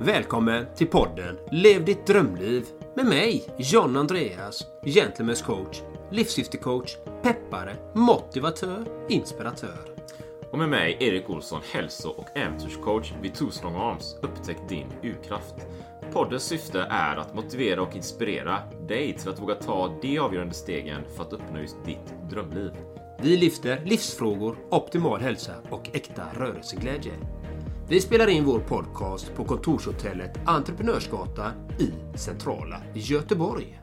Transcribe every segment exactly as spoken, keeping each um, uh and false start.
Välkommen till podden Lev ditt drömliv med mig, John Andreas, gentleman's coach, livssyftecoach, peppare, motivatör, inspiratör. Och med mig, Erik Olsson, hälso- och äventyrscoach vid Two Strong Arms. Upptäck din urkraft. Poddens syfte är att motivera och inspirera dig till att våga ta de avgörande stegen för att uppnå just ditt drömliv. Vi lyfter livsfrågor, optimal hälsa och äkta rörelseglädje. Vi spelar in vår podcast på kontorshotellet Entreprenörsgatan i centrala Göteborg.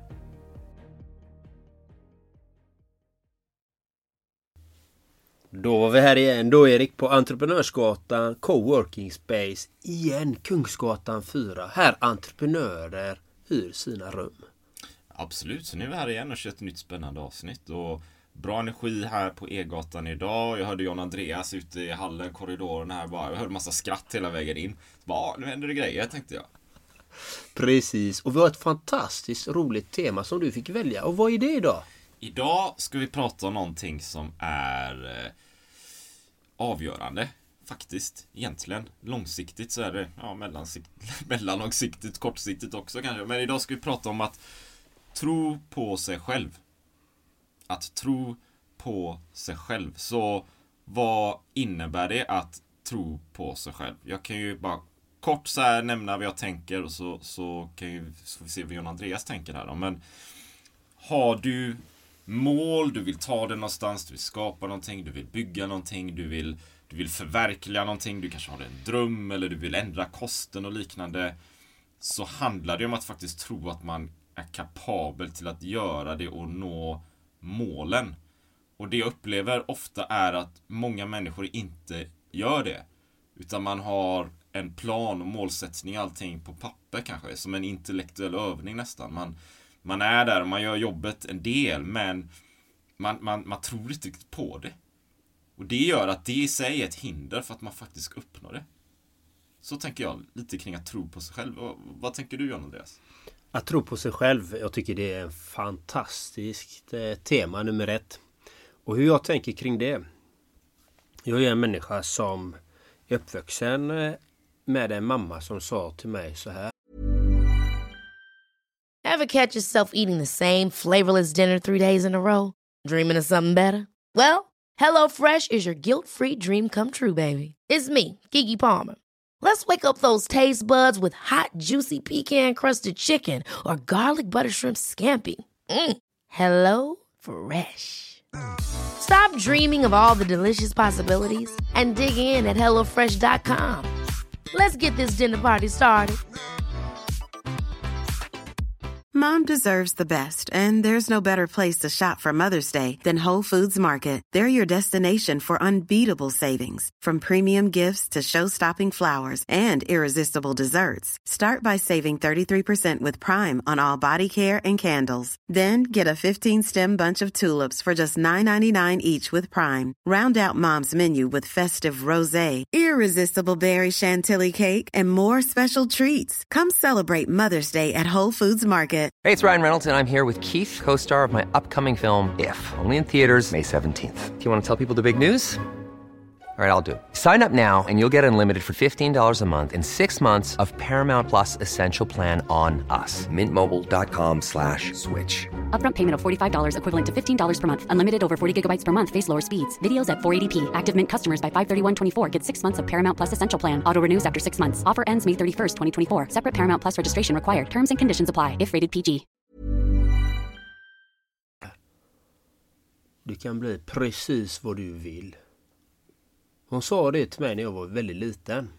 Då var vi här igen då, Erik, på Entreprenörsgatan Coworking Space igen, Kungsgatan fyra. Här entreprenörer hyr sina rum. Absolut, så nu är vi här igen och kör ett nytt spännande avsnitt. Och bra energi här på E-gatan idag. Jag hörde John Andreas ute i hallen, korridoren här bara. Jag hörde massa skratt hela vägen in. Bara, nu händer det grejer, tänkte jag. Precis, och vi har ett fantastiskt roligt tema som du fick välja. Och vad är det idag? Idag ska vi prata om någonting som är eh, avgörande. Faktiskt, egentligen. Långsiktigt så är det, ja, mellansikt, mellanlångsiktigt, kortsiktigt också kanske. Men idag ska vi prata om att tro på sig själv. Att tro på sig själv. Så vad innebär det att tro på sig själv? Jag kan ju bara kort så här nämna vad jag tänker och så, så kan ju, så vi se vad John Andreas tänker här då. Men har du mål, du vill ta det någonstans, du vill skapa någonting, du vill bygga någonting, du vill, du vill förverkliga någonting, du kanske har en dröm eller du vill ändra kosten och liknande, så handlar det om att faktiskt tro att man är kapabel till att göra det och nå målen. Och det jag upplever ofta är att många människor inte gör det, utan man har en plan och målsättning, allting på papper kanske, som en intellektuell övning nästan. Man Man är där och man gör jobbet en del, men man, man, man tror inte riktigt på det. Och det gör att det i sig är ett hinder för att man faktiskt ska uppnå det. Så tänker jag lite kring att tro på sig själv. Och vad tänker du, John Andreas? Att tro på sig själv, jag tycker det är ett fantastiskt eh, tema nummer ett. Och hur jag tänker kring det. Jag är en människa som är uppvuxen eh, med en mamma som sa till mig så här. Ever catch yourself eating the same flavorless dinner three days in a row? Dreaming of something better? Well, HelloFresh is your guilt-free dream come true, baby. It's me, Keke Palmer. Let's wake up those taste buds with hot, juicy pecan-crusted chicken or garlic butter shrimp scampi. Mm. Hello Fresh. Stop dreaming of all the delicious possibilities and dig in at hello fresh dot com. Let's get this dinner party started. Mom deserves the best, and there's no better place to shop for Mother's Day than Whole Foods Market. They're your destination for unbeatable savings, from premium gifts to show-stopping flowers and irresistible desserts. Start by saving thirty-three percent with Prime on all body care and candles. Then get a fifteen-stem bunch of tulips for just nine ninety-nine each with Prime. Round out Mom's menu with festive rosé, irresistible berry chantilly cake, and more special treats. Come celebrate Mother's Day at Whole Foods Market. Hey, it's Ryan Reynolds, and I'm here with Keith, co-star of my upcoming film, If, only in theaters May seventeenth. Do you want to tell people the big news? All right, I'll do it. Sign up now and you'll get unlimited for fifteen dollars a month and six months of Paramount Plus Essential Plan on us. Mint Mobile dot com slash switch. Upfront payment of forty-five dollars equivalent to fifteen dollars per month. Unlimited over forty gigabytes per month. Face lower speeds. Videos at four eighty p. Active Mint customers by five thirty-one twenty-four get six months of Paramount Plus Essential Plan. Auto renews after six months. Offer ends May thirty-first, twenty twenty-four. Separate Paramount Plus registration required. Terms and conditions apply if rated P G. Du kan bli precis vad du vill. Hon sa det till mig när jag var väldigt liten.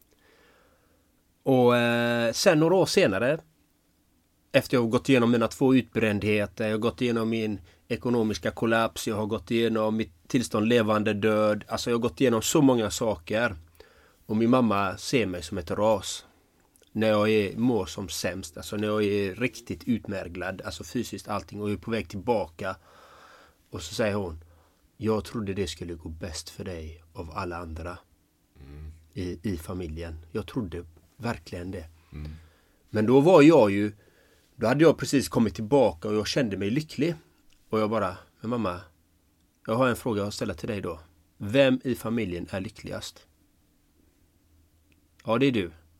Och eh, sen några år senare, efter jag har gått igenom mina två utbrändheter, jag har gått igenom min ekonomiska kollaps, jag har gått igenom mitt tillstånd levande död, alltså jag har gått igenom så många saker. Och min mamma ser mig som ett ras. När jag är, mår som sämst, alltså när jag är riktigt utmärglad, alltså fysiskt allting, och är på väg tillbaka. Och så säger hon, jag trodde det skulle gå bäst för dig av alla andra mm. i, i familjen. Jag trodde verkligen det. Mm. Men då var jag ju, då hade jag precis kommit tillbaka och jag kände mig lycklig. Och jag bara, men mamma, jag har en fråga att ställa till dig då. Vem i familjen är lyckligast? Ja, det är du.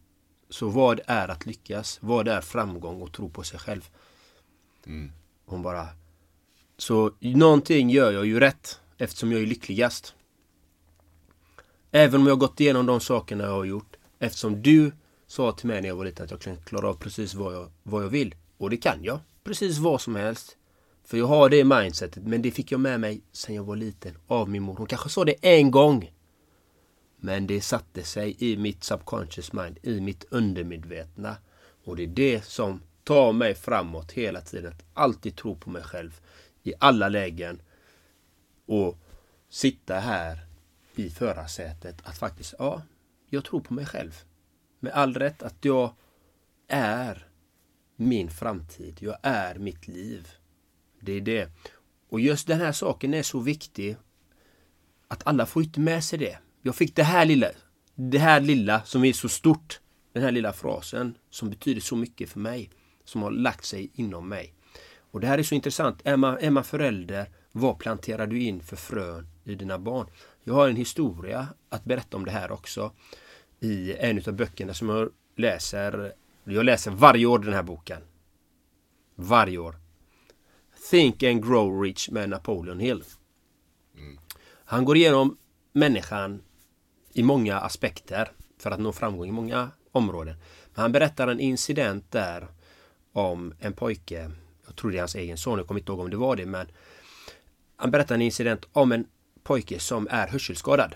Så vad är att lyckas? Vad är framgång och tro på sig själv? Mm. Hon bara... Så någonting gör jag ju rätt eftersom jag är lyckligast. Även om jag har gått igenom de sakerna jag har gjort. Eftersom du sa till mig när jag var liten att jag kan klara av precis vad jag, vad jag vill. Och det kan jag. Precis vad som helst. För jag har det mindsetet. Men det fick jag med mig sen jag var liten. Av min mor. Hon kanske sa det en gång. Men det satte sig i mitt subconscious mind. I mitt undermedvetna. Och det är det som tar mig framåt hela tiden. Att alltid tro på mig själv. I alla lägen. Och sitta här i förarsätet. Att faktiskt, ja, jag tror på mig själv. Med all rätt att jag är min framtid. Jag är mitt liv. Det är det. Och just den här saken är så viktig. Att alla får inte med sig det. Jag fick det här lilla. Det här lilla som är så stort. Den här lilla frasen som betyder så mycket för mig. Som har lagt sig inom mig. Och det här är så intressant. Är man, är man förälder, vad planterar du in för frön i dina barn? Jag har en historia att berätta om det här också. I en av böckerna som jag läser. Jag läser varje år den här boken. Varje år. Think and Grow Rich med Napoleon Hill. Mm. Han går igenom människan i många aspekter för att nå framgång i många områden. Men han berättar en incident där om en pojke. Jag tror det är hans egen son, jag kommer inte ihåg om det var det. Men han berättar en incident om en pojke som är hörselskadad.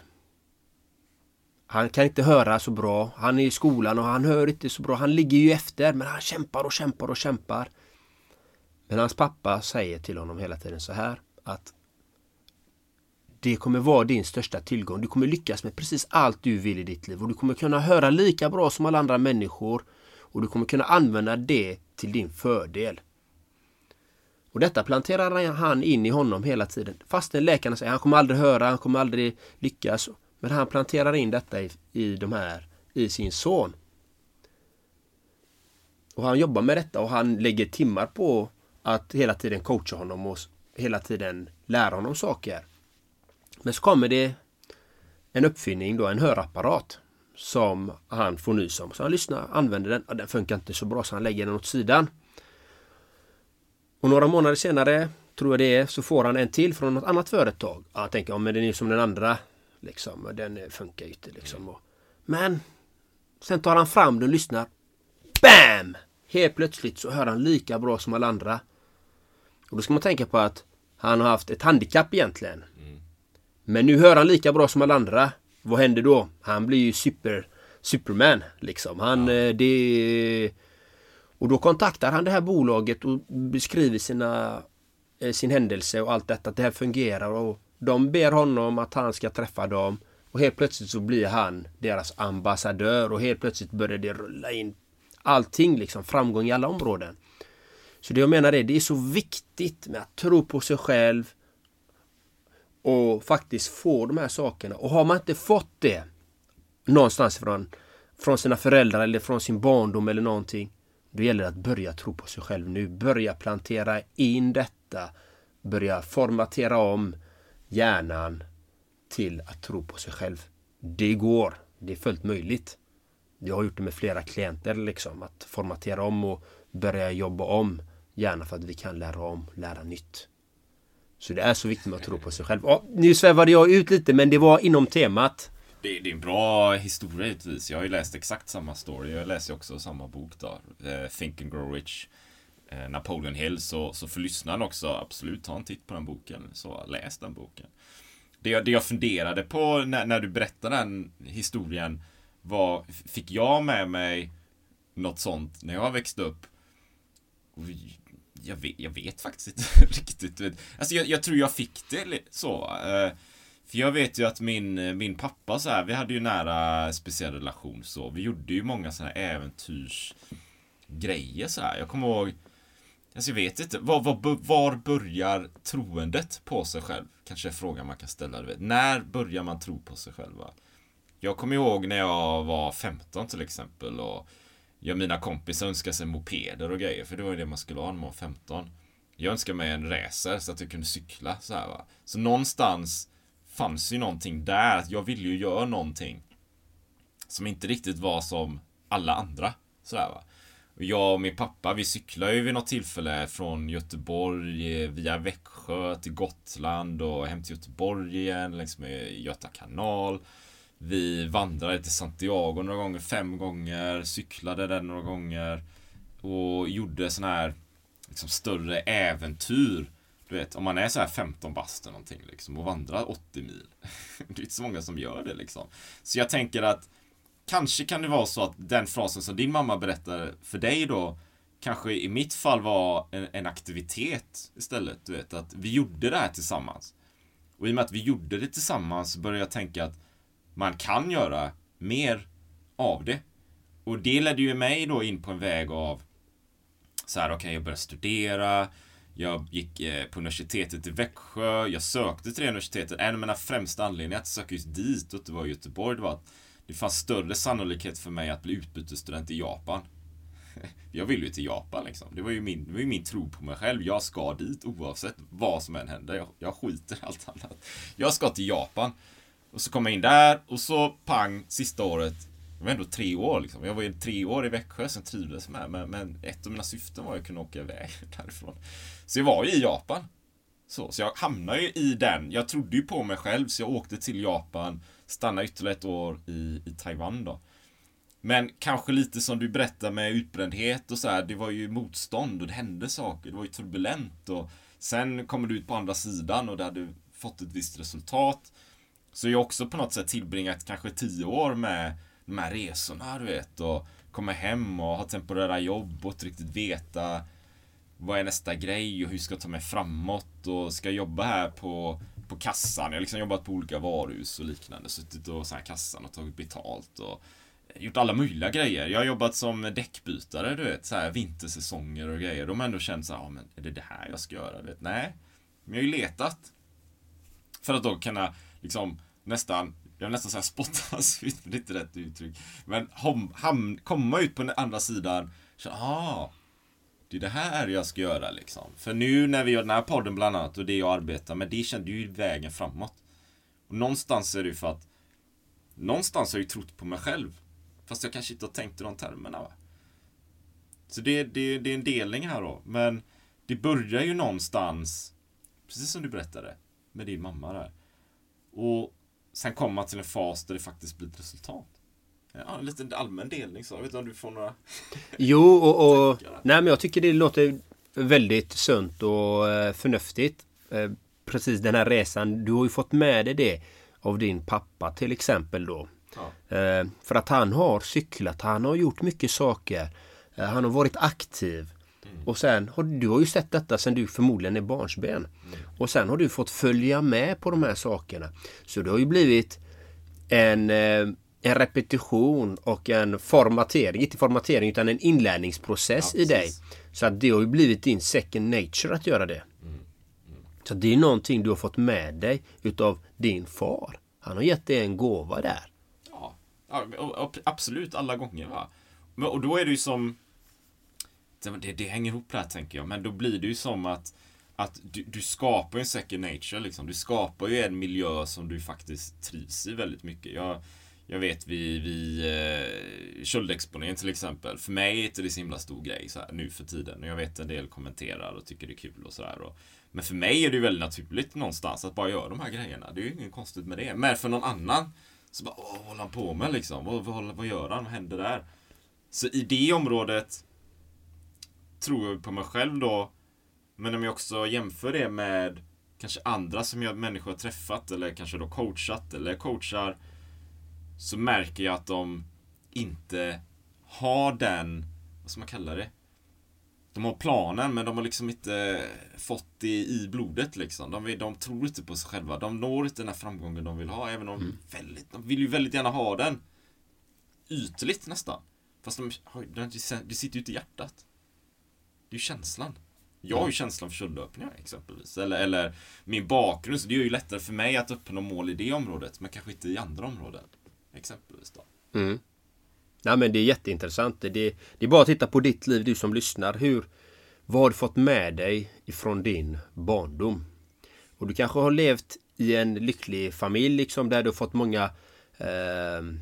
Han kan inte höra så bra. Han är i skolan och han hör inte så bra. Han ligger ju efter, men han kämpar och kämpar och kämpar. Men hans pappa säger till honom hela tiden så här. Att det kommer vara din största tillgång. Du kommer lyckas med precis allt du vill i ditt liv. Och du kommer kunna höra lika bra som alla andra människor. Och du kommer kunna använda det till din fördel. Och detta planterar han in i honom hela tiden. Fastän läkarna säger att han kommer aldrig höra, han kommer aldrig lyckas. Men han planterar in detta i, i, de här, i sin son. Och han jobbar med detta och han lägger timmar på att hela tiden coacha honom och hela tiden lära honom saker. Men så kommer det en uppfinning då, en hörapparat som han får nys om. Så han lyssnar, använder den. Ja, den funkar inte så bra så han lägger den åt sidan. Och några månader senare, tror jag det är, så får han en till från något annat företag. Ja, han tänker, ja, men den är som den andra. Liksom, och den funkar ju inte. Liksom. Och, men sen tar han fram den och lyssnar. Bam! Helt plötsligt så hör han lika bra som alla andra. Och då ska man tänka på att han har haft ett handikapp egentligen. Mm. Men nu hör han lika bra som alla andra. Vad händer då? Han blir ju super, Superman. Liksom. Han, ja. det, och då kontaktar han det här bolaget och beskriver sina, sin händelse och allt detta. Att det här fungerar. Och de ber honom att han ska träffa dem. Och helt plötsligt så blir han deras ambassadör. Och helt plötsligt börjar det rulla in allting. Liksom, framgång i alla områden. Så det jag menar är, det är så viktigt med att tro på sig själv. Och faktiskt få de här sakerna. Och har man inte fått det någonstans från, från sina föräldrar eller från sin barndom eller någonting. Då gäller det att börja tro på sig själv nu. Börja plantera in detta. Börja formatera om hjärnan till att tro på sig själv. Det går. Det är fullt möjligt. Jag har gjort det med flera klienter liksom. Att formatera om och börja jobba om hjärnan för att vi kan lära om, lära nytt. Så det är så viktigt med att tro på sig själv. Ja, nu svävade jag ut lite men det var inom temat. Det, det är en bra historia givetvis. Jag har ju läst exakt samma story. Jag läser också samma bok då. Uh, Think and Grow Rich. Uh, Napoleon Hill. Så, så för lyssnaren också, absolut ta en titt på den boken. Så läs den boken. Det jag, det jag funderade på när, när du berättade den historien var, fick jag med mig något sånt när jag växte upp? Jag vet, jag vet faktiskt inte riktigt. Alltså jag, jag tror jag fick det så. För jag vet ju att min, min pappa så här, vi hade ju nära speciell relation så. Vi gjorde ju många sådana äventyrsgrejer så här. Jag kommer ihåg, alltså jag vet inte, var, var, var börjar troendet på sig själv? Kanske är frågan man kan ställa, du vet. När börjar man tro på sig själv? Va? Jag kommer ihåg när jag var femton till exempel och jag mina kompisar önskade sig mopeder och grejer. För det var ju det man skulle ha när man var femton. Jag önskade mig en racer så att jag kunde cykla. Så, här, va? Så någonstans fanns ju någonting där. Att jag ville ju göra någonting som inte riktigt var som alla andra. Sådär va. Och jag och min pappa, vi cyklar ju vid något tillfälle från Göteborg via Växjö till Gotland och hem till Göteborg igen längs med Göta kanal. Vi vandrade till Santiago några gånger, fem gånger, cyklade där några gånger och gjorde sån här liksom större äventyr. Du vet, om man är så här femton bast eller någonting liksom, och vandrar åttio mil. Det är inte så många som gör det liksom. Så jag tänker att kanske kan det vara så att den frasen som din mamma berättar för dig då kanske i mitt fall var en, en aktivitet istället. Du vet, att vi gjorde det här tillsammans. Och i och med att vi gjorde det tillsammans så började jag tänka att man kan göra mer av det. Och det ledde ju mig då in på en väg av så här, okej, okay, jag började studera. Jag gick eh, på universitetet i Växjö. Jag sökte till det universitetet. En av mina främsta anledningar att söka just dit och det var i Göteborg, det var att det fanns större sannolikhet för mig att bli utbytesstudent i Japan. Jag vill ju till Japan liksom. Det var ju min, det var ju min tro på mig själv. Jag ska dit oavsett vad som än händer. Jag, jag skiter i allt annat. Jag ska till Japan. Och så kom jag in där och så pang, sista året. Det var ändå tre år liksom. Jag var ju tre år i Växjö som trivdes med. Men, men ett av mina syften var att kunna åka iväg därifrån. Så jag var ju i Japan. Så, så jag hamnade ju i den. Jag trodde ju på mig själv så jag åkte till Japan. Stannade ytterligare ett år i, i Taiwan då. Men kanske lite som du berättade med utbrändhet och så här. Det var ju motstånd och det hände saker. Det var ju turbulent och sen kommer du ut på andra sidan och där hade du fått ett visst resultat. Så jag också på något sätt tillbringat kanske tio år med de här resorna, du vet. Och komma hem och ha temporära jobb och inte riktigt veta vad är nästa grej och hur ska jag ta mig framåt och ska jag jobba här på, på kassan. Jag har liksom jobbat på olika varuhus och liknande. Suttit och så här kassan och tagit betalt och gjort alla möjliga grejer. Jag har jobbat som däckbytare, du vet, så här vintersäsonger och grejer. De har ändå känt så här, ja, men är det det här jag ska göra? Vet? Nej, men jag har ju letat för att då kunna liksom nästan, jag har nästan så här spottas, det är inte rätt uttryck, men ham, ham, komma ut på den andra sidan, så ah, det är det här jag ska göra liksom. För nu när vi gör den här podden bland annat och det jag arbetar med, det kände ju vägen framåt. Och någonstans är det ju för att någonstans har jag ju trott på mig själv. Fast jag kanske inte har tänkt i de termerna, va? Så det, det, det är en delning här då. Men det börjar ju någonstans, precis som du berättade, med din mamma där. Och sen kommer man till en fas där det faktiskt blir ett resultat. Ja, en liten allmän delning så. Jag vet inte om du får några... Jo, och, och nej, men jag tycker det låter väldigt sunt och eh, förnuftigt. Eh, precis den här resan, du har ju fått med dig det av din pappa till exempel då. Ja. Eh, för att han har cyklat, han har gjort mycket saker. Eh, han har varit aktiv. Mm. Och sen har du har ju sett detta sen du förmodligen är barnsben. Mm. Och sen har du fått följa med på de här sakerna. Så det har ju blivit en, eh, en repetition och en formatering, inte formatering utan en inlärningsprocess ja, i dig. Så att det har ju blivit din second nature att göra det. Mm. Mm. Så det är någonting du har fått med dig utav din far. Han har gett dig en gåva där. Ja, ja absolut alla gånger, va. Men, och då är det ju som det, det hänger ihop där, tänker jag. Men då blir det ju som att att du, du skapar en second nature liksom. Du skapar ju en miljö som du faktiskt trivs i väldigt mycket. Jag, jag vet vi, vi eh, köldexponering till exempel. För mig är inte det så himla stor grej så här, nu för tiden. Och jag vet en del kommenterar och tycker det är kul och sådär. Men för mig är det ju väldigt naturligt någonstans att bara göra de här grejerna. Det är ju inget konstigt med det. Men för någon annan så bara, åh, vad håller han på med liksom? Vad, vad, vad gör han? Vad händer där? Så i det området tror jag på mig själv då. Men om jag också jämför det med kanske andra som jag människor har träffat eller kanske då coachat eller coachar, så märker jag att de inte har den, vad ska man kalla det? De har planen men de har liksom inte fått det i blodet liksom. De, de tror inte på sig själva. De når inte den här framgången de vill ha, även om mm. väldigt, de vill ju väldigt gärna ha den ytligt nästan. Fast de, det sitter ju inte i hjärtat. Det är ju känslan. Jag har ju känslan för köldlöpningar exempelvis. Eller, eller min bakgrund. Så det är ju lättare för mig att uppnå mål i det området. Men kanske inte i andra områden. Exempelvis då. Mm. Ja, men det är jätteintressant. Det, det är bara att titta på ditt liv, du som lyssnar. Hur, vad har du fått med dig ifrån din barndom? Och du kanske har levt i en lycklig familj liksom, där du har fått många eh,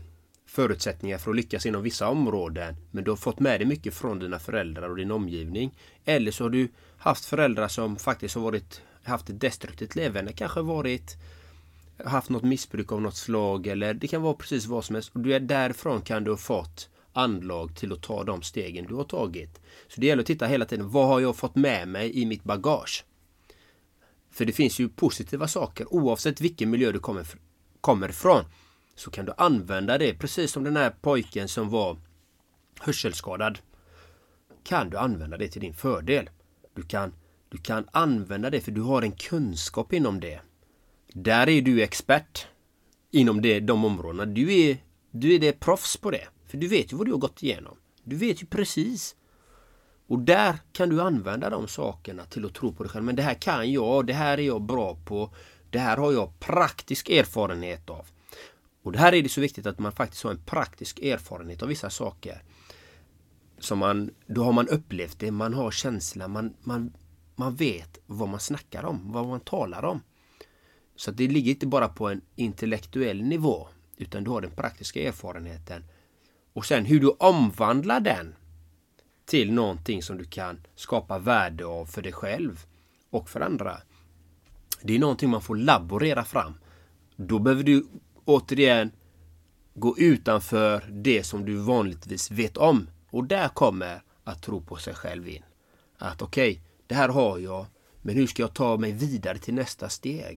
förutsättningar för att lyckas inom vissa områden, men du har fått med dig mycket från dina föräldrar och din omgivning. Eller så har du haft föräldrar som faktiskt har varit, haft ett destruktivt levande, kanske varit haft något missbruk av något slag, eller det kan vara precis vad som helst. Och du är därifrån kan du ha fått anlag till att ta de stegen du har tagit. Så det gäller att titta hela tiden, vad har jag fått med mig i mitt bagage? För det finns ju positiva saker, oavsett vilken miljö du kommer, kommer ifrån. Så kan du använda det, precis som den här pojken som var hörselskadad. Kan du använda det till din fördel. Du kan, du kan använda det för du har en kunskap inom det. Där är du expert inom det, de områdena. Du är, du är det proffs på det. För du vet ju vad du har gått igenom. Du vet ju precis. Och där kan du använda de sakerna till att tro på dig själv. Men det här kan jag, det här är jag bra på. Det här har jag praktisk erfarenhet av. Och det här är det så viktigt att man faktiskt har en praktisk erfarenhet av vissa saker. Som man, då har man upplevt det, man har känsla, man, man, man vet vad man snackar om, vad man talar om. Så att det ligger inte bara på en intellektuell nivå, utan du har den praktiska erfarenheten. Och sen hur du omvandlar den till någonting som du kan skapa värde av för dig själv och för andra. Det är någonting man får laborera fram. Då behöver du återigen gå utanför det som du vanligtvis vet om. Och där kommer att tro på sig själv in. Att okej, okay, det här har jag, men hur ska jag ta mig vidare till nästa steg?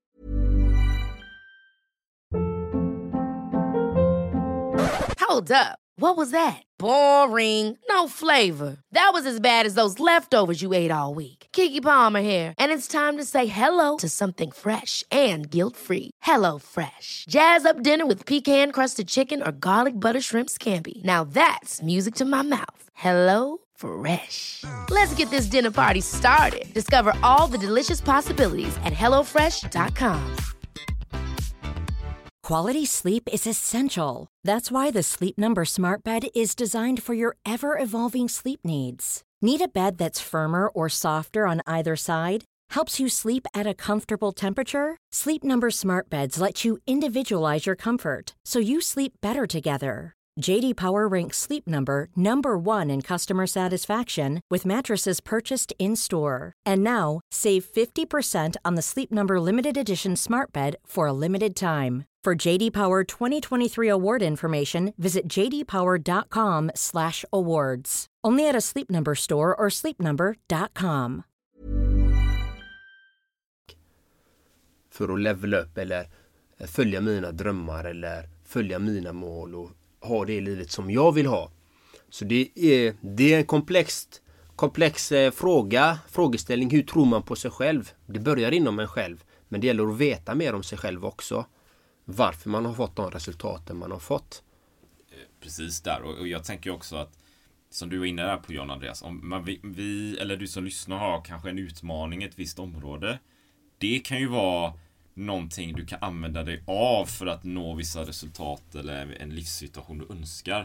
Hold up. What was that? Boring. No flavor. That was as bad as those leftovers you ate all week. Keke Palmer here, and it's time to say hello to something fresh and guilt-free. Hello Fresh. Jazz up dinner with pecan-crusted chicken or garlic butter shrimp scampi. Now that's music to my mouth. Hello Fresh. Let's get this dinner party started. Discover all the delicious possibilities at hello fresh dot com. Quality sleep is essential. That's why the Sleep Number Smart Bed is designed for your ever-evolving sleep needs. Need a bed that's firmer or softer on either side? Helps you sleep at a comfortable temperature? Sleep Number Smart Beds let you individualize your comfort, so you sleep better together. J D Power ranks Sleep Number number one in customer satisfaction with mattresses purchased in-store. And now, save fifty percent on the Sleep Number Limited Edition Smart Bed for a limited time. For J D Power twenty twenty-three award information, visit j d power dot com slash awards. Only at a Sleep Number store or sleep number dot com. För att levela upp eller följa mina drömmar eller följa mina mål och ha det livet som jag vill ha. Så det är, det är en komplex, komplex eh, fråga, frågeställning. Hur tror man på sig själv? Det börjar inom en själv. Men det gäller att veta mer om sig själv också. Varför man har fått de resultaten man har fått. Precis där. Och jag tänker också att, som du var inne där på, John Andreas, om man, vi, vi, eller du som lyssnar, har kanske en utmaning i ett visst område. Det kan ju vara någonting du kan använda dig av för att nå vissa resultat eller en livssituation du önskar.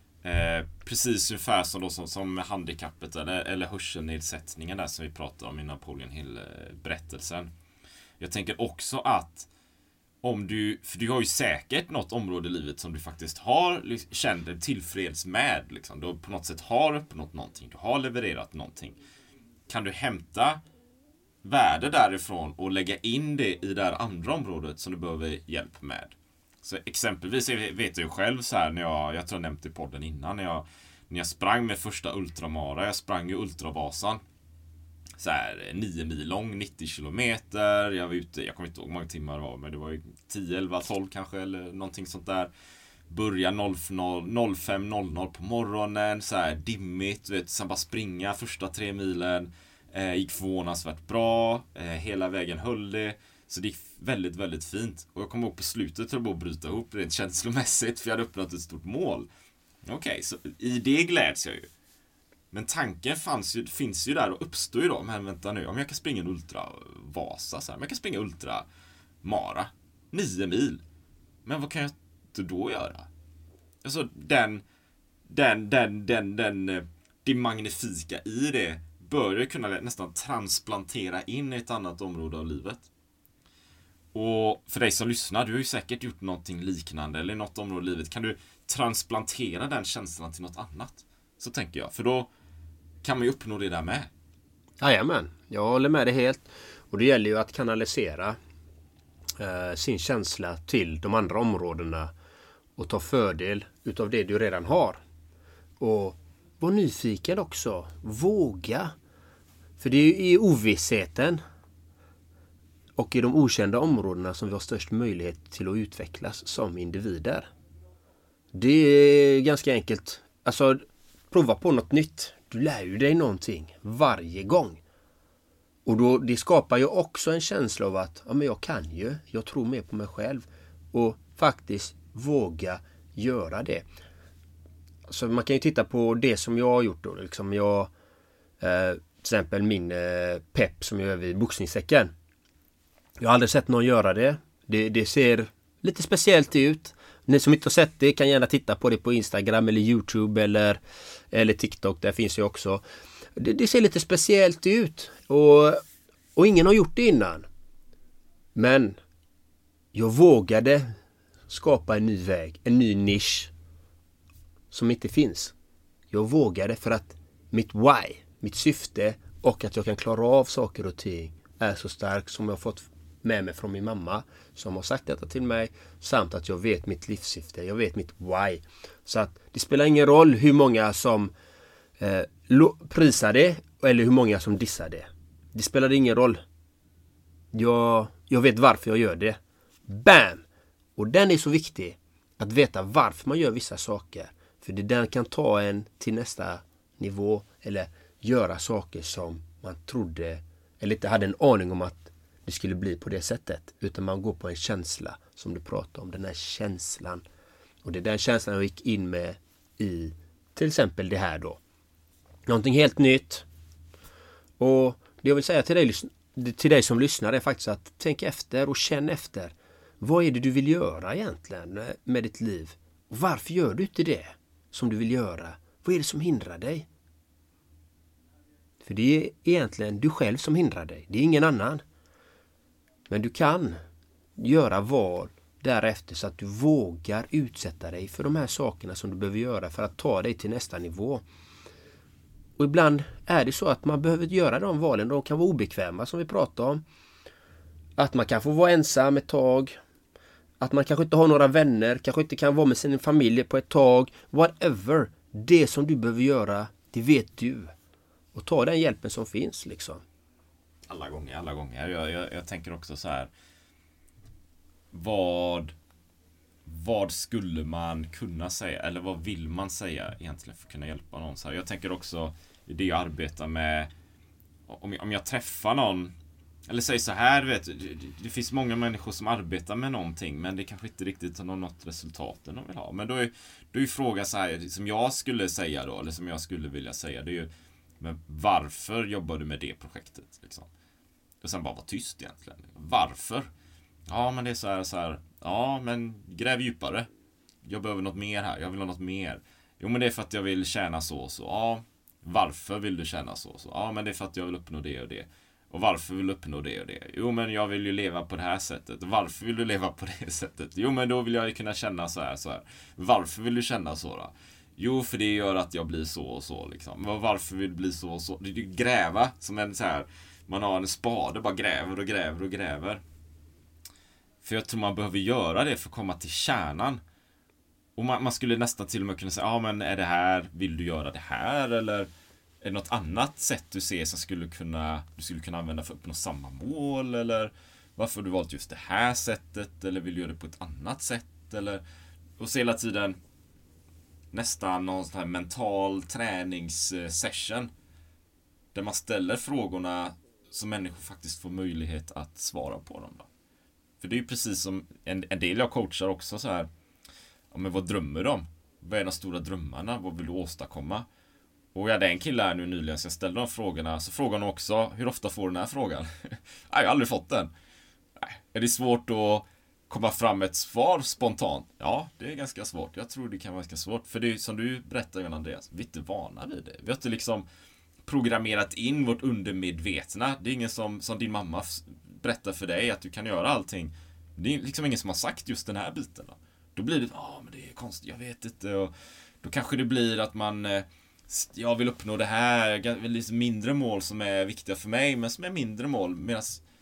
Eh, precis ungefär som, då, som, som handikappet eller, eller hörselnedsättningen där som vi pratade om i Napoleon Hill-berättelsen. Jag tänker också att om du, för du har ju säkert något område i livet som du faktiskt har känt dig tillfreds med. Liksom. Du på något sätt har uppnått någonting. Du har levererat någonting. Kan du hämta värde därifrån och lägga in det i det här andra området som du behöver hjälp med? Så exempelvis vet jag ju själv så här när jag, jag tror jag nämnt i podden innan, när jag, när jag sprang med första ultramara. Jag sprang ju Ultravasan. Så här nio mil lång, nittio kilometer. Jag var ute, jag kommer inte ihåg hur många timmar det var, men det var ju tio, elva, tolv kanske eller någonting sånt där. Börja noll fem noll noll på morgonen, så här dimmigt, vet, sen bara springa första tre milen. Eh, gick förvånansvärt bra, eh, hela vägen höll det. Så det gick väldigt, väldigt fint. Och jag kom ihåg på slutet att bara bryta ihop rent känslomässigt, för jag hade öppnat ett stort mål. Okej, okay, så i det gläds jag ju. Men tanken fanns ju, finns ju där och uppstår ju då. Men vänta nu, om jag kan springa en ultravasa så här, men jag kan springa ultramara nio mil. Men vad kan jag inte då göra? Alltså den den den den den det magnifika i det bör ju kunna nästan transplantera in i ett annat område av livet. Och för dig som lyssnar, du har ju säkert gjort någonting liknande eller något område i livet. Kan du transplantera den känslan till något annat. Så tänker jag. För då kan man ju uppnå det där med. Jajamän, jag håller med dig helt. Och det gäller ju att kanalisera eh, sin känsla till de andra områdena och ta fördel utav det du redan har. Och var nyfiken också. Våga. För det är ju i ovissheten och i de okända områdena som vi har störst möjlighet till att utvecklas som individer. Det är ganska enkelt. Alltså, prova på något nytt. Du lär ju dig någonting varje gång. Och då, det skapar ju också en känsla av att ja, men jag kan ju. Jag tror mer på mig själv. Och faktiskt våga göra det. Så man kan ju titta på det som jag har gjort då. Liksom jag, eh, till exempel min eh, pepp som jag gör vid boxningssäcken. Jag har aldrig sett någon göra det. det. Det ser lite speciellt ut. Ni som inte har sett det kan gärna titta på det på Instagram eller YouTube eller, eller TikTok. Där finns det också. Det, det ser lite speciellt ut. Och, och ingen har gjort det innan. Men jag vågade skapa en ny väg. En ny nisch. Som inte finns. Jag vågade för att mitt why, mitt syfte och att jag kan klara av saker och ting är så stark som jag har fått med mig från min mamma som har sagt detta till mig, samt att jag vet mitt livssyfte, jag vet mitt why. Så att det spelar ingen roll hur många som eh, prisar det eller hur många som dissar det. Det spelar ingen roll. Jag, jag vet varför jag gör det. Bam! Och den är så viktig, att veta varför man gör vissa saker. För det den kan ta en till nästa nivå eller göra saker som man trodde eller inte hade en aning om att det skulle bli på det sättet. Utan man går på en känsla som du pratar om. Den här känslan. Och det är den känslan jag gick in med i till exempel det här då. Någonting helt nytt. Och det jag vill säga till dig, till dig som lyssnar är faktiskt att tänk efter och känn efter. Vad är det du vill göra egentligen med ditt liv? Och varför gör du inte det som du vill göra? Vad är det som hindrar dig? För det är egentligen du själv som hindrar dig. Det är ingen annan. Men du kan göra val därefter så att du vågar utsätta dig för de här sakerna som du behöver göra för att ta dig till nästa nivå. Och ibland är det så att man behöver göra de valen. De kan vara obekväma som vi pratade om. Att man kan få vara ensam ett tag. Att man kanske inte har några vänner. Kanske inte kan vara med sin familj på ett tag. Whatever. Det som du behöver göra, det vet du. Och ta den hjälpen som finns liksom. Alla gånger, alla gånger. Jag, jag, jag tänker också så här. Vad Vad skulle man kunna säga? Eller vad vill man säga egentligen för att kunna hjälpa någon? Så här, jag tänker också i det jag arbetar med. Om jag, om jag träffar någon. Eller säg så här, vet det, det finns många människor som arbetar med någonting. Men det kanske inte riktigt har något resultat de vill ha. Men då är, då är frågan så här, som jag skulle säga då. Eller som jag skulle vilja säga. Det är ju, men varför jobbar du med det projektet? Liksom? Och sen bara vara tyst egentligen. Varför? Ja, men det är så här, så här. Ja, men gräv djupare. Jag behöver något mer här. Jag vill ha något mer. Jo, men det är för att jag vill tjäna så och så. Ja, varför vill du tjäna så och så? Ja, men det är för att jag vill uppnå det och det. Och varför vill du uppnå det och det? Jo, men jag vill ju leva på det här sättet. Varför vill du leva på det sättet? Jo, men då vill jag ju kunna känna så här, så här. Varför vill du känna så då? Jo, för det gör att jag blir så och så liksom. Varför vill du bli så och så? Det är ju gräva som en så här. Man har en spade, bara gräver och gräver och gräver. För jag tror man behöver göra det för att komma till kärnan. Och man, man skulle nästan till och med kunna säga, ja ah, men är det här, vill du göra det här? Eller är det något annat sätt du ser som skulle kunna, du skulle kunna använda för att uppnå samma mål? Eller varför har du valt just det här sättet? Eller vill du göra det på ett annat sätt? Eller, och så hela tiden nästan någon sån här mental träningssession. Där man ställer frågorna så människor faktiskt får möjlighet att svara på dem då. För det är ju precis som en, en del jag coachar också så här. Ja, men vad drömmer du om? Vad är de stora drömmarna? Vad vill du åstadkomma? Och jag hade en kille här nu nyligen så jag ställde de frågorna. Så frågan också, hur ofta får du den här frågan? Nej, jag har aldrig fått den. Nej, är det svårt att komma fram med ett svar spontant? Ja, det är ganska svårt. Jag tror det kan vara ganska svårt. För det är som du berättar, Jan Andreas. Vi är inte vana vid det. Vi har inte liksom programmerat in vårt undermedvetna. Det är ingen som, som din mamma berättar för dig att du kan göra allting. Det är liksom ingen som har sagt just den här biten då. Då blir det, ja ah, men det är konstigt, jag vet inte. Och då kanske det blir att man, eh, jag vill uppnå det här, lite mindre mål som är viktiga för mig, men som är mindre mål. Medan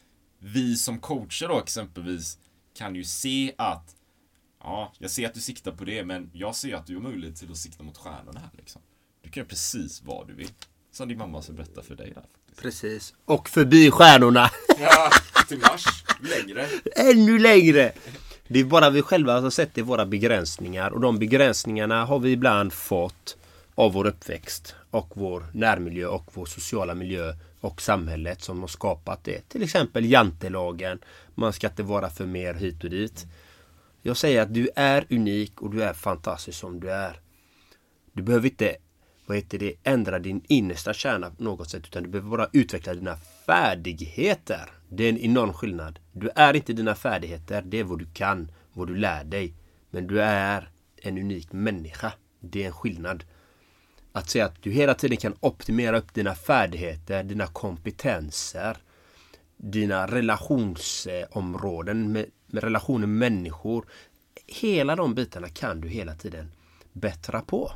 vi som coacher då exempelvis kan ju se att, ja, jag ser att du siktar på det, men jag ser att du har möjlighet till att sikta mot stjärnorna här liksom. Du kan göra precis vad du vill. Som din mamma så berättar för dig där faktiskt. Precis. Och förbi stjärnorna. Ja, till Mars. Längre. Ännu längre. Det är bara vi själva som sätter våra begränsningar. Och de begränsningarna har vi ibland fått av vår uppväxt. Och vår närmiljö och vår sociala miljö. Och samhället som har skapat det. Till exempel jantelagen. Man ska inte vara för mer hit och dit. Jag säger att du är unik och du är fantastisk som du är. Du behöver inte, vad heter det, ändra din innersta kärna på något sätt, utan du behöver bara utveckla dina färdigheter. Det är en enorm skillnad. Du är inte dina färdigheter, det är vad du kan, vad du lär dig. Men du är en unik människa. Det är en skillnad. Att säga att du hela tiden kan optimera upp dina färdigheter, dina kompetenser, dina relationsområden med, med relationer med människor. Hela de bitarna kan du hela tiden bättra på.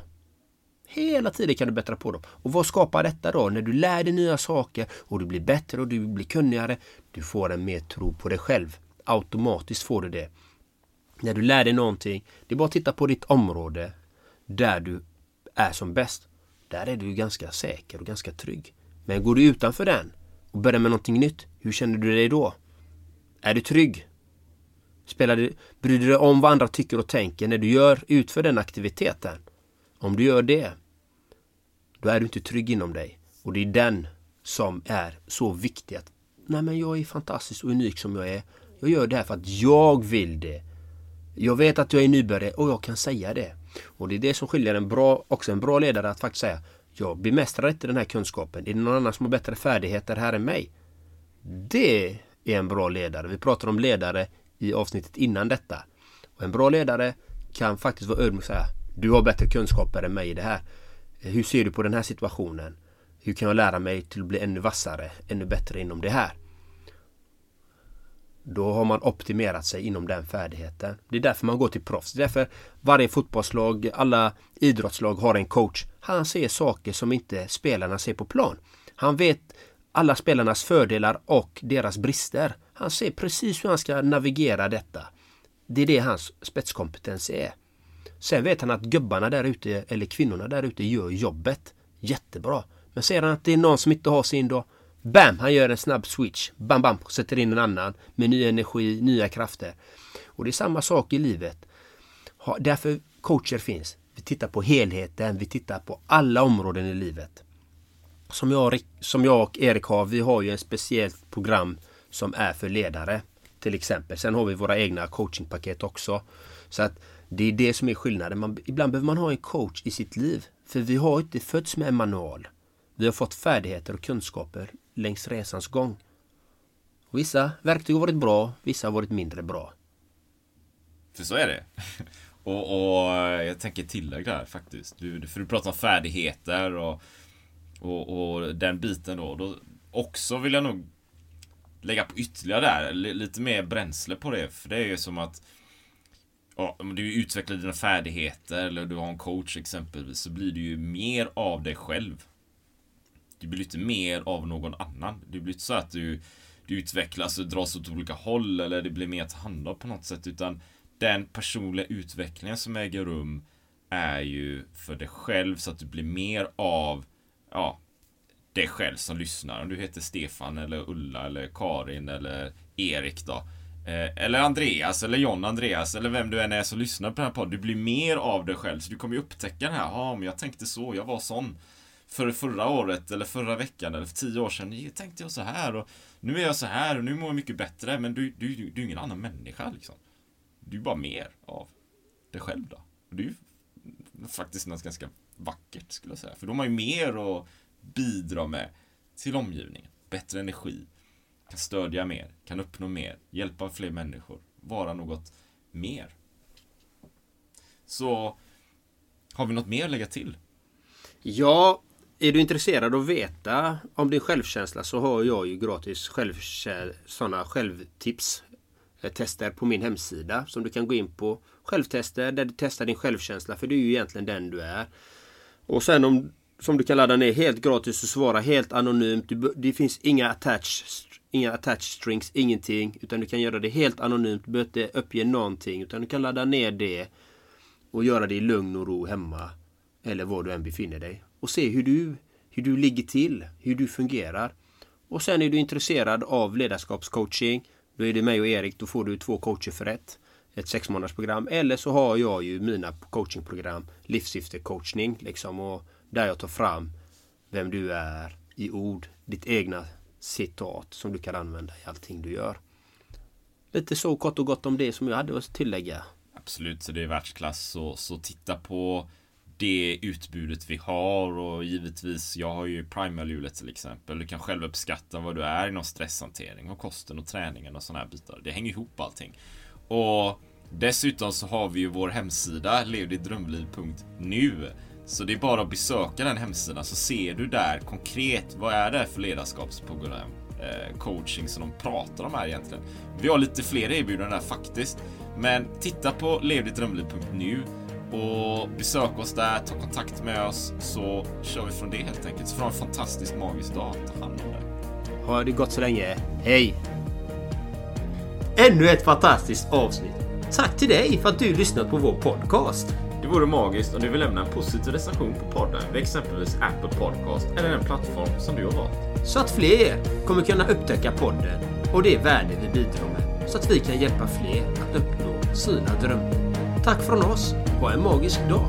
Hela tiden kan du bättra på dem. Och vad skapar detta då? När du lär dig nya saker och du blir bättre och du blir kunnigare, du får en mer tro på dig själv. Automatiskt får du det. När du lär dig någonting, det är bara att titta på ditt område där du är som bäst. Där är du ganska säker och ganska trygg. Men går du utanför den och börjar med någonting nytt, hur känner du dig då? Är du trygg? Spelar du, bryr du dig om vad andra tycker och tänker när du gör utför den aktiviteten? Om du gör det, då är du inte trygg inom dig. Och det är den som är så viktig. Att, nej men jag är fantastisk och unik som jag är. Jag gör det här för att jag vill det. Jag vet att jag är nybörjare och jag kan säga det. Och det är det som skiljer en bra, också en bra ledare att faktiskt säga, jag bemästrar inte den här kunskapen. Är det någon annan som har bättre färdigheter här än mig? Det är en bra ledare. Vi pratar om ledare i avsnittet innan detta. Och en bra ledare kan faktiskt vara ödmjuk och säga, du har bättre kunskaper än mig i det här. Hur ser du på den här situationen? Hur kan jag lära mig till att bli ännu vassare, ännu bättre inom det här? Då har man optimerat sig inom den färdigheten. Det är därför man går till proffs. Det är därför varje fotbollslag, alla idrottslag har en coach. Han ser saker som inte spelarna ser på plan. Han vet alla spelarnas fördelar och deras brister. Han ser precis hur han ska navigera detta. Det är det hans spetskompetens är. Sen vet han att gubbarna där ute, eller kvinnorna där ute, gör jobbet jättebra. Men ser han att det är någon som inte har sin då, bam, han gör en snabb switch. Bam, bam, sätter in en annan med ny energi, nya krafter. Och det är samma sak i livet. Därför coacher finns. Vi tittar på helheten, vi tittar på alla områden i livet. Som jag, som jag och Erik har, vi har ju ett speciellt program som är för ledare, till exempel. Sen har vi våra egna coachingpaket också. Så att det är det som är skillnaden. Man, ibland behöver man ha en coach i sitt liv. För vi har inte fötts med en manual. Vi har fått färdigheter och kunskaper längs resans gång. Och vissa verktyg har varit bra, vissa har varit mindre bra. För så är det. och, och jag tänker tillägg där faktiskt. Du, för du pratar om färdigheter och, och, och den biten då. då. Också vill jag nog lägga på ytterligare där. Lite mer bränsle på det. För det är ju som att ja, om du utvecklar dina färdigheter eller du har en coach exempelvis, så blir du ju mer av dig själv. Du blir lite mer av någon annan. Det blir inte så att du, du utvecklas och dras åt olika håll eller det blir mer att handla på något sätt, utan den personliga utvecklingen som äger rum är ju för dig själv, så att du blir mer av ja, dig själv som lyssnar. Om du heter Stefan eller Ulla eller Karin eller Erik då. Eller Andreas eller John Andreas eller vem du än är som lyssnar på den här podden. Du blir mer av dig själv. Så du kommer ju upptäcka den här. Ja, men jag tänkte så. Jag var sån för förra året eller förra veckan eller för tio år sedan. Jag tänkte jag så här och nu är jag så här och nu mår jag mycket bättre. Men du, du, du är ingen annan människa liksom. Du är bara mer av dig själv då. Och det är ju faktiskt något ganska vackert skulle jag säga. För de har ju mer att bidra med till omgivningen. Bättre energi. Kan stödja mer, kan uppnå mer, hjälpa fler människor, vara något mer. Så har vi något mer att lägga till? Ja, är du intresserad av att veta om din självkänsla så har jag ju gratis självkä- sådana självtips tester på min hemsida som du kan gå in på. Självtester där du testar din självkänsla, för det är ju egentligen den du är. Och sen om, som du kan ladda ner helt gratis och svara helt anonymt. Du, det finns inga attach, inga attach strings, ingenting. Utan du kan göra det helt anonymt. Du behöver inte uppge någonting. Utan du kan ladda ner det och göra det i lugn och ro hemma. Eller var du än befinner dig. Och se hur du, hur du ligger till. Hur du fungerar. Och sen är du intresserad av ledarskapscoaching. Då är det mig och Erik. Då får du två coacher för ett. Ett sexmånadersprogram. Eller så har jag ju mina coachingprogram. Livssyftecoachning. Liksom, och där jag tar fram vem du är i ord. Ditt egna citat som du kan använda i allting du gör. Lite så kort och gott om det som jag hade att tillägga. Absolut, så det är världsklass. Så, så titta på det utbudet vi har. Och givetvis, jag har ju Primal-hjulet till exempel. Du kan själv uppskatta vad du är inom stresshantering och kosten och träningen och sådana här bitar. Det hänger ihop allting. Och dessutom så har vi ju vår hemsida lev ditt drömliv punkt nu. Så det är bara att besöka den hemsidan, så ser du där konkret vad är det för ledarskapsprogram, eh, coaching som de pratar om här egentligen. Vi har lite fler erbjudanden där faktiskt. Men titta på lev ditt drömliv punkt nu och besök oss där, ta kontakt med oss, så kör vi från det helt enkelt. Så får ha en fantastisk magisk dag, ta hand om det. Har det gått så länge? Hej! Ännu ett fantastiskt avsnitt. Tack till dig för att du lyssnat på vår podcast. Det vore magiskt om du vill lämna en positiv recension på podden vid exempelvis Apple Podcast eller den plattform som du har valt. Så att fler kommer kunna upptäcka podden och det värde vi bidrar med. Så att vi kan hjälpa fler att uppnå sina drömmar. Tack från oss. Ha en magisk dag.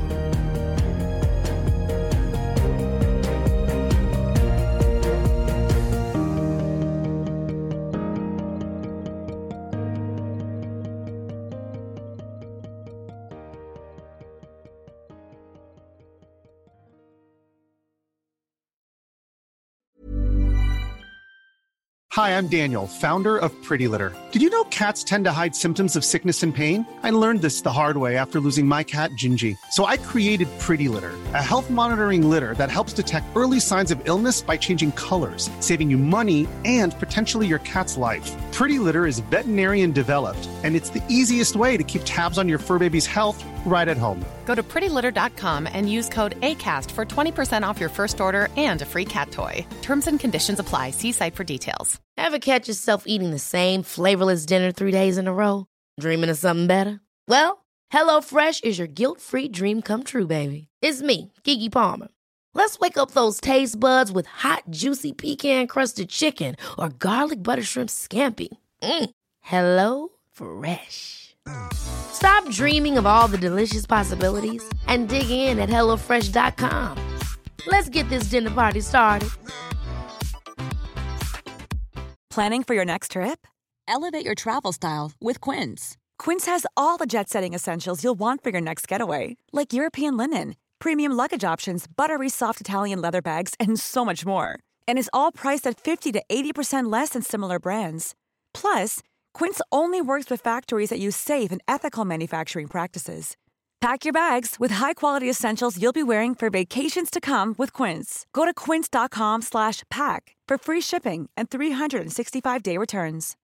Hi, I'm Daniel, founder of Pretty Litter. Did you know cats tend to hide symptoms of sickness and pain? I learned this the hard way after losing my cat, Gingy. So I created Pretty Litter, a health monitoring litter that helps detect early signs of illness by changing colors, saving you money and potentially your cat's life. Pretty Litter is veterinarian developed, and it's the easiest way to keep tabs on your fur baby's health right at home. Go to pretty litter dot com and use code ACAST for twenty percent off your first order and a free cat toy. Terms and conditions apply. See site for details. Ever catch yourself eating the same flavorless dinner three days in a row? Dreaming of something better? Well, HelloFresh is your guilt-free dream come true, baby. It's me, Keke Palmer. Let's wake up those taste buds with hot, juicy pecan-crusted chicken or garlic butter shrimp scampi. Mm. Hello Fresh. Stop dreaming of all the delicious possibilities and dig in at hello fresh dot com. Let's get this dinner party started. Planning for your next trip? Elevate your travel style with Quince. Quince has all the jet-setting essentials you'll want for your next getaway, like European linen, premium luggage options, buttery soft Italian leather bags, and so much more. And is all priced at fifty to eighty percent less than similar brands. Plus, Quince only works with factories that use safe and ethical manufacturing practices. Pack your bags with high-quality essentials you'll be wearing for vacations to come with Quince. Go to quince dot com slash pack for free shipping and three sixty-five day returns.